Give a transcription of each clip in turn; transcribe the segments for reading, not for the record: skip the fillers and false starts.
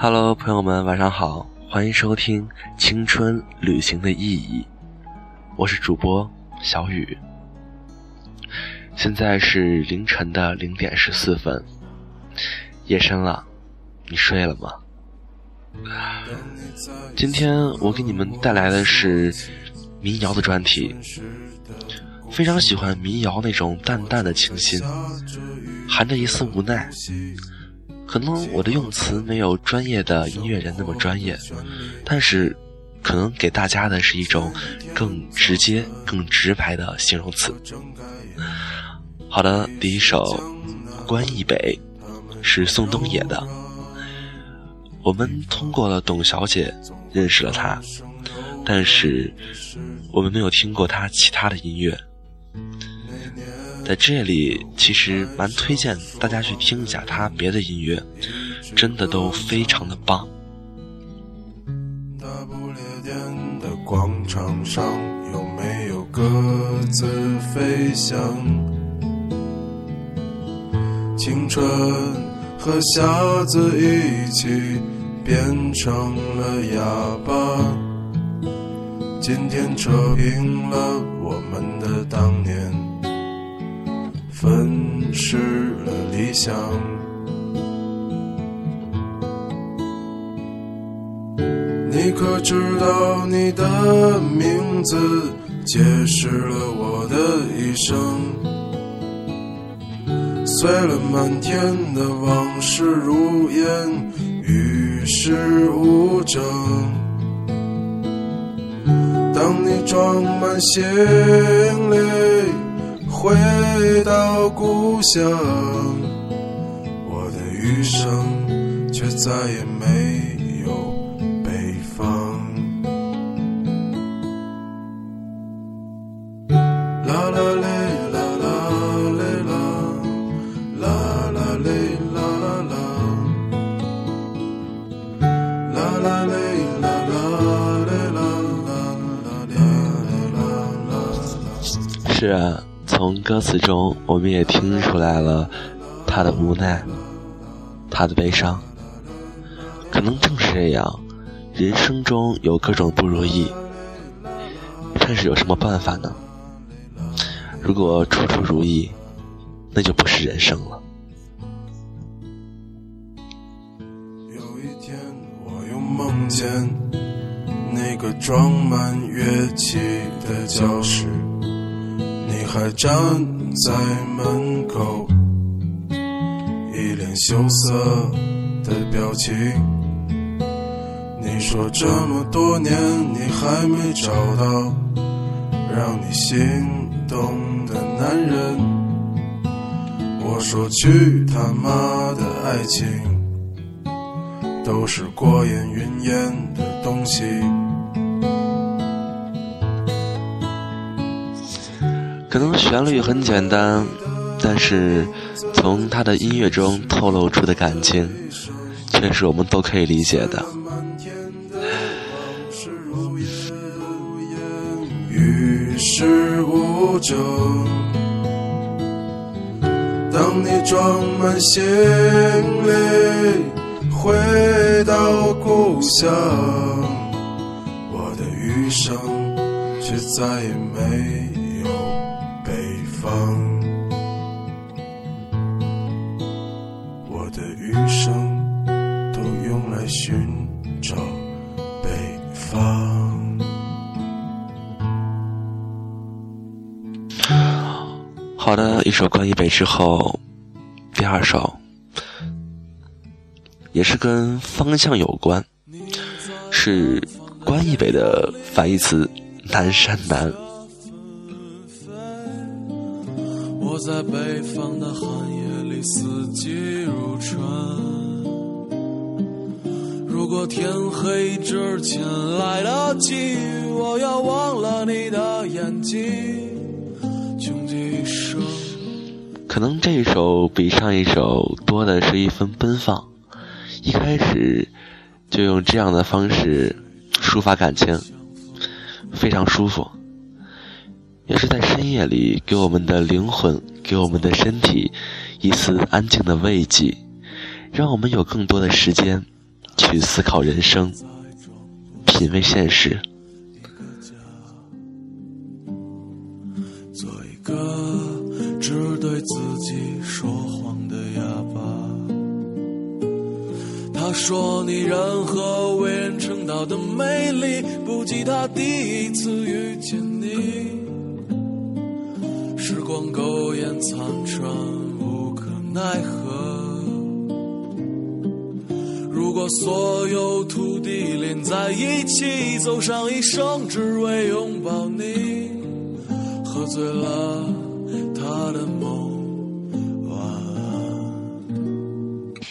Hello， 朋友们，晚上好，欢迎收听《青春旅行的意义》，我是主播小雨。现在是凌晨的0点14分，夜深了，你睡了吗？今天我给你们带来的是民谣的专题，非常喜欢民谣那种淡淡的清新，含着一丝无奈。可能我的用词没有专业的音乐人那么专业，但是可能给大家的是一种更直接更直白的形容词。好的，第一首《关忆北》是宋冬野的。我们通过了董小姐认识了她，但是我们没有听过她其他的音乐。在这里其实蛮推荐大家去听一下她别的音乐，真的都非常的棒。 大不列颠的广场上有没有鸽子飞翔？青春和瞎子一起变成了哑巴，今天扯平了我们的当年，分失了理想。你可知道你的名字解释了我的一生，碎了满天的往事如烟，与世无争。当你装满行李回到故乡，我的余生却再也没有北方。啦啦嘞啦啦嘞啦，啦啦嘞啦啦啦，啦啦嘞啦啦嘞啦啦啦啦。 是啊，从歌词中我们也听出来了他的无奈，他的悲伤。可能正是这样，人生中有各种不如意，但是有什么办法呢？如果处处如意，那就不是人生了。 有一天我又梦见那个装满乐器的教室，你还站在门口，一脸羞涩的表情。你说这么多年你还没找到让你心动的男人，我说去他妈的爱情，都是过眼云烟的东西。 可能旋律很简单，但是从他的音乐中透露出的感情却是我们都可以理解的。 与世无争，当你装满行李回到故乡，我的余生却再也没有北方，我的余生都用来寻找北方。 好的，一首关忆北之后，第二首也是跟方向有关，是关忆北的反义词南山南。 我在北方的寒夜里四季如春，如果天黑之前来得及，我要忘了你的眼睛，穷极一生。 可能这一首比上一首多的是一分奔放，一开始就用这样的方式抒发感情，非常舒服，也是在深夜里给我们的灵魂，给我们的身体一丝安静的慰藉，让我们有更多的时间去思考人生，品味现实。 做一个只对自己说谎的哑巴。他说你任何为人称道的美丽，不及他第一次遇见你。时光苟延残喘，无可奈何。如果所有土地连在一起，走上一生只为拥抱你，喝醉了他的梦，晚安。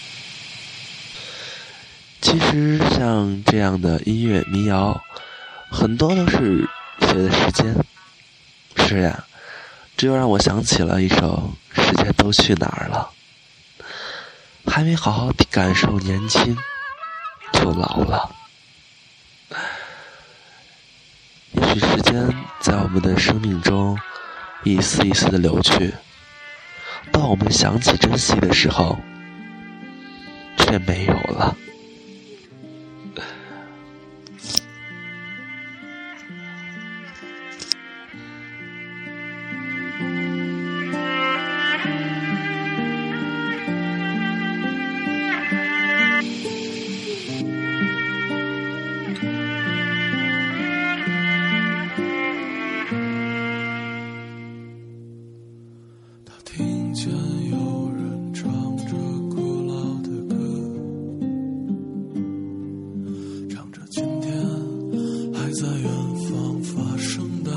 其实像这样的音乐民谣，很多都是随着时间。是呀，这又让我想起了一首《时间都去哪儿了》。还没好好感受年轻，就老了。也许时间在我们的生命中一丝一丝的流去，当我们想起珍惜的时候，却没有了。 听见有人唱着古老的歌，唱着今天还在远方发生的，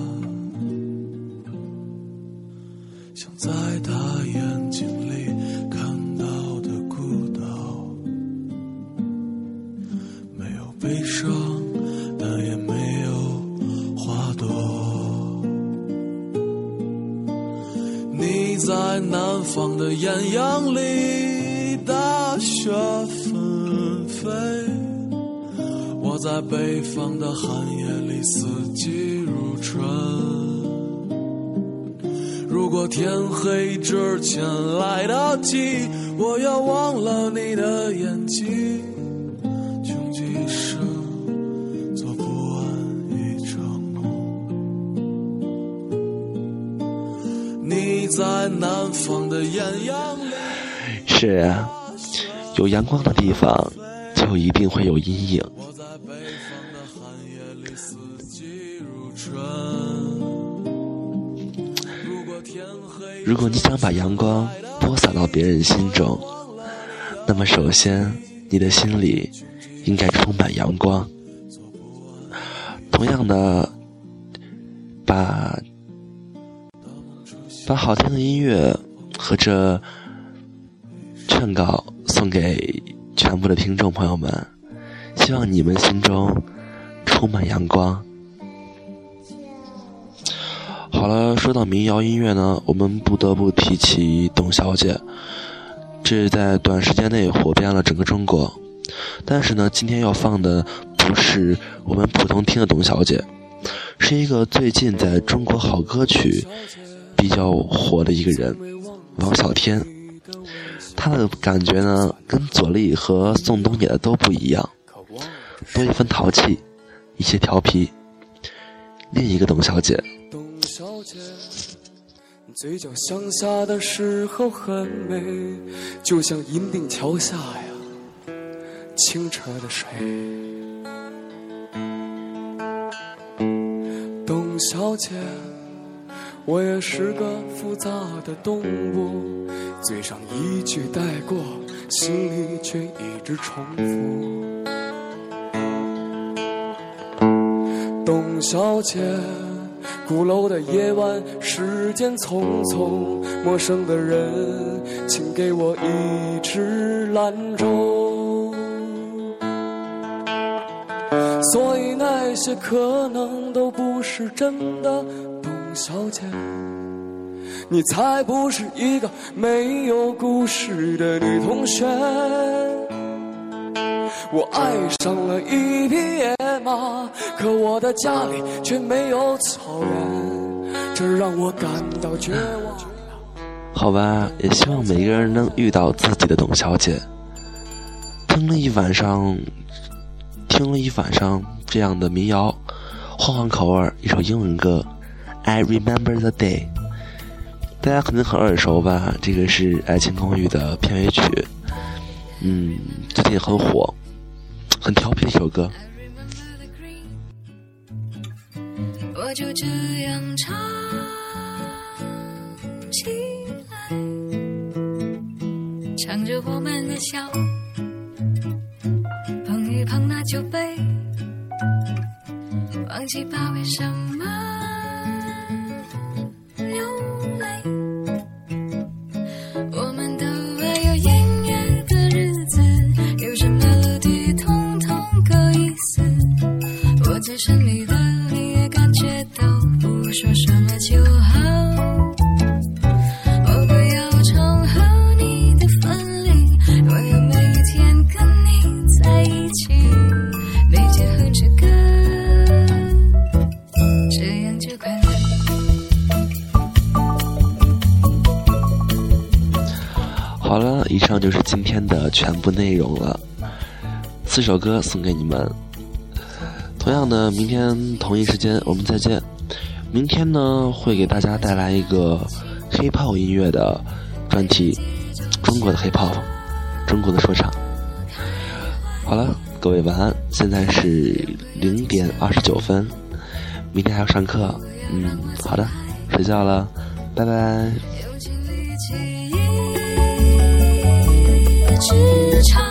像在他眼睛里看到的孤岛，没有悲伤，但也没有花朵。你在南方的艳阳里，大雪纷飞，我在北方的寒夜里，四季如春。如果天黑之前来得及，我要忘了你的眼睛，穷极一生做不完一场梦。你在南方的艳阳里。 是啊，有阳光的地方就一定会有阴影。 我在北方的寒夜里，四季如春。 如果你想把阳光播撒到别人心中，那么首先你的心里应该充满阳光。同样的，把好听的音乐和这劝告送给全部的听众朋友们，希望你们心中充满阳光。好了，说到民谣音乐呢，我们不得不提起董小姐，这在短时间内火遍了整个中国。但是呢，今天要放的不是我们普通听的董小姐，是一个最近在中国好歌曲比较火的一个人，王小天。他的感觉呢，跟左立和宋冬野的都不一样，多一分淘气，一些调皮。另一个董小姐， 嘴角向下的时候很美，就像银锭桥下呀清澈的水。董小姐，我也是个复杂的动物，嘴上一句带过，心里却一直重复。董小姐，鼓楼的夜晚，时间匆匆，陌生的人，请给我一支兰州。所以那些可能都不是真的，董小姐，你才不是一个没有故事的女同学。我爱上了一匹野马，可我的家里却没有草原，这让我感到绝望。 好吧，也希望每个人能遇到自己的董小姐。听听了一晚上这样的民谣，换换口味，一首英文歌 I Remember the Day， 大家肯定很耳熟吧，这个是《爱情公寓》的片尾曲，最近很火，很调皮的一首歌。 我就这样唱起来，唱着我们的笑，碰一碰那酒杯，忘记把为什么流泪。我们都爱有音乐的日子，有什么melody统统够意思。我最神秘的你也感觉到，不说什么就好。我不要唱和你的分离，我要每一天跟你在一起，每天哼着歌，这样就快乐。 好了，以上就是今天的全部内容了，4首歌送给你们。同样的，明天同一时间我们再见。明天呢，会给大家带来一个黑炮音乐的专题，中国的黑炮，中国的说唱。好了，各位晚安，现在是0点29分，明天还要上课，好的，睡觉了，拜拜。 只唱，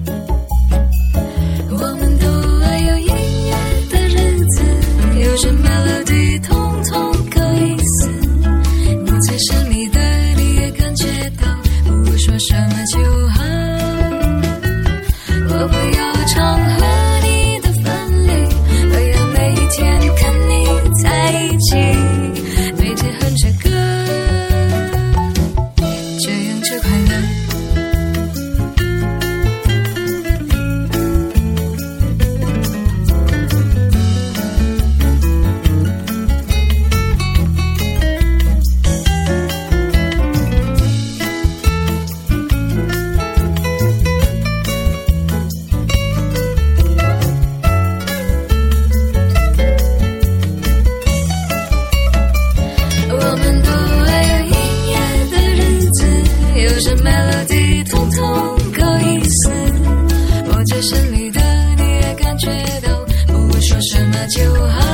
我们都爱有音乐的日子，有着 melody 统统够意思。我最神秘的你也感觉到，不说什么就好。我不要唱和你的分离，我要每一天跟你在一起，每天哼着歌，这样就快乐。有着 melody 统统够意思，我最神秘的你也感觉到，不说什么就好。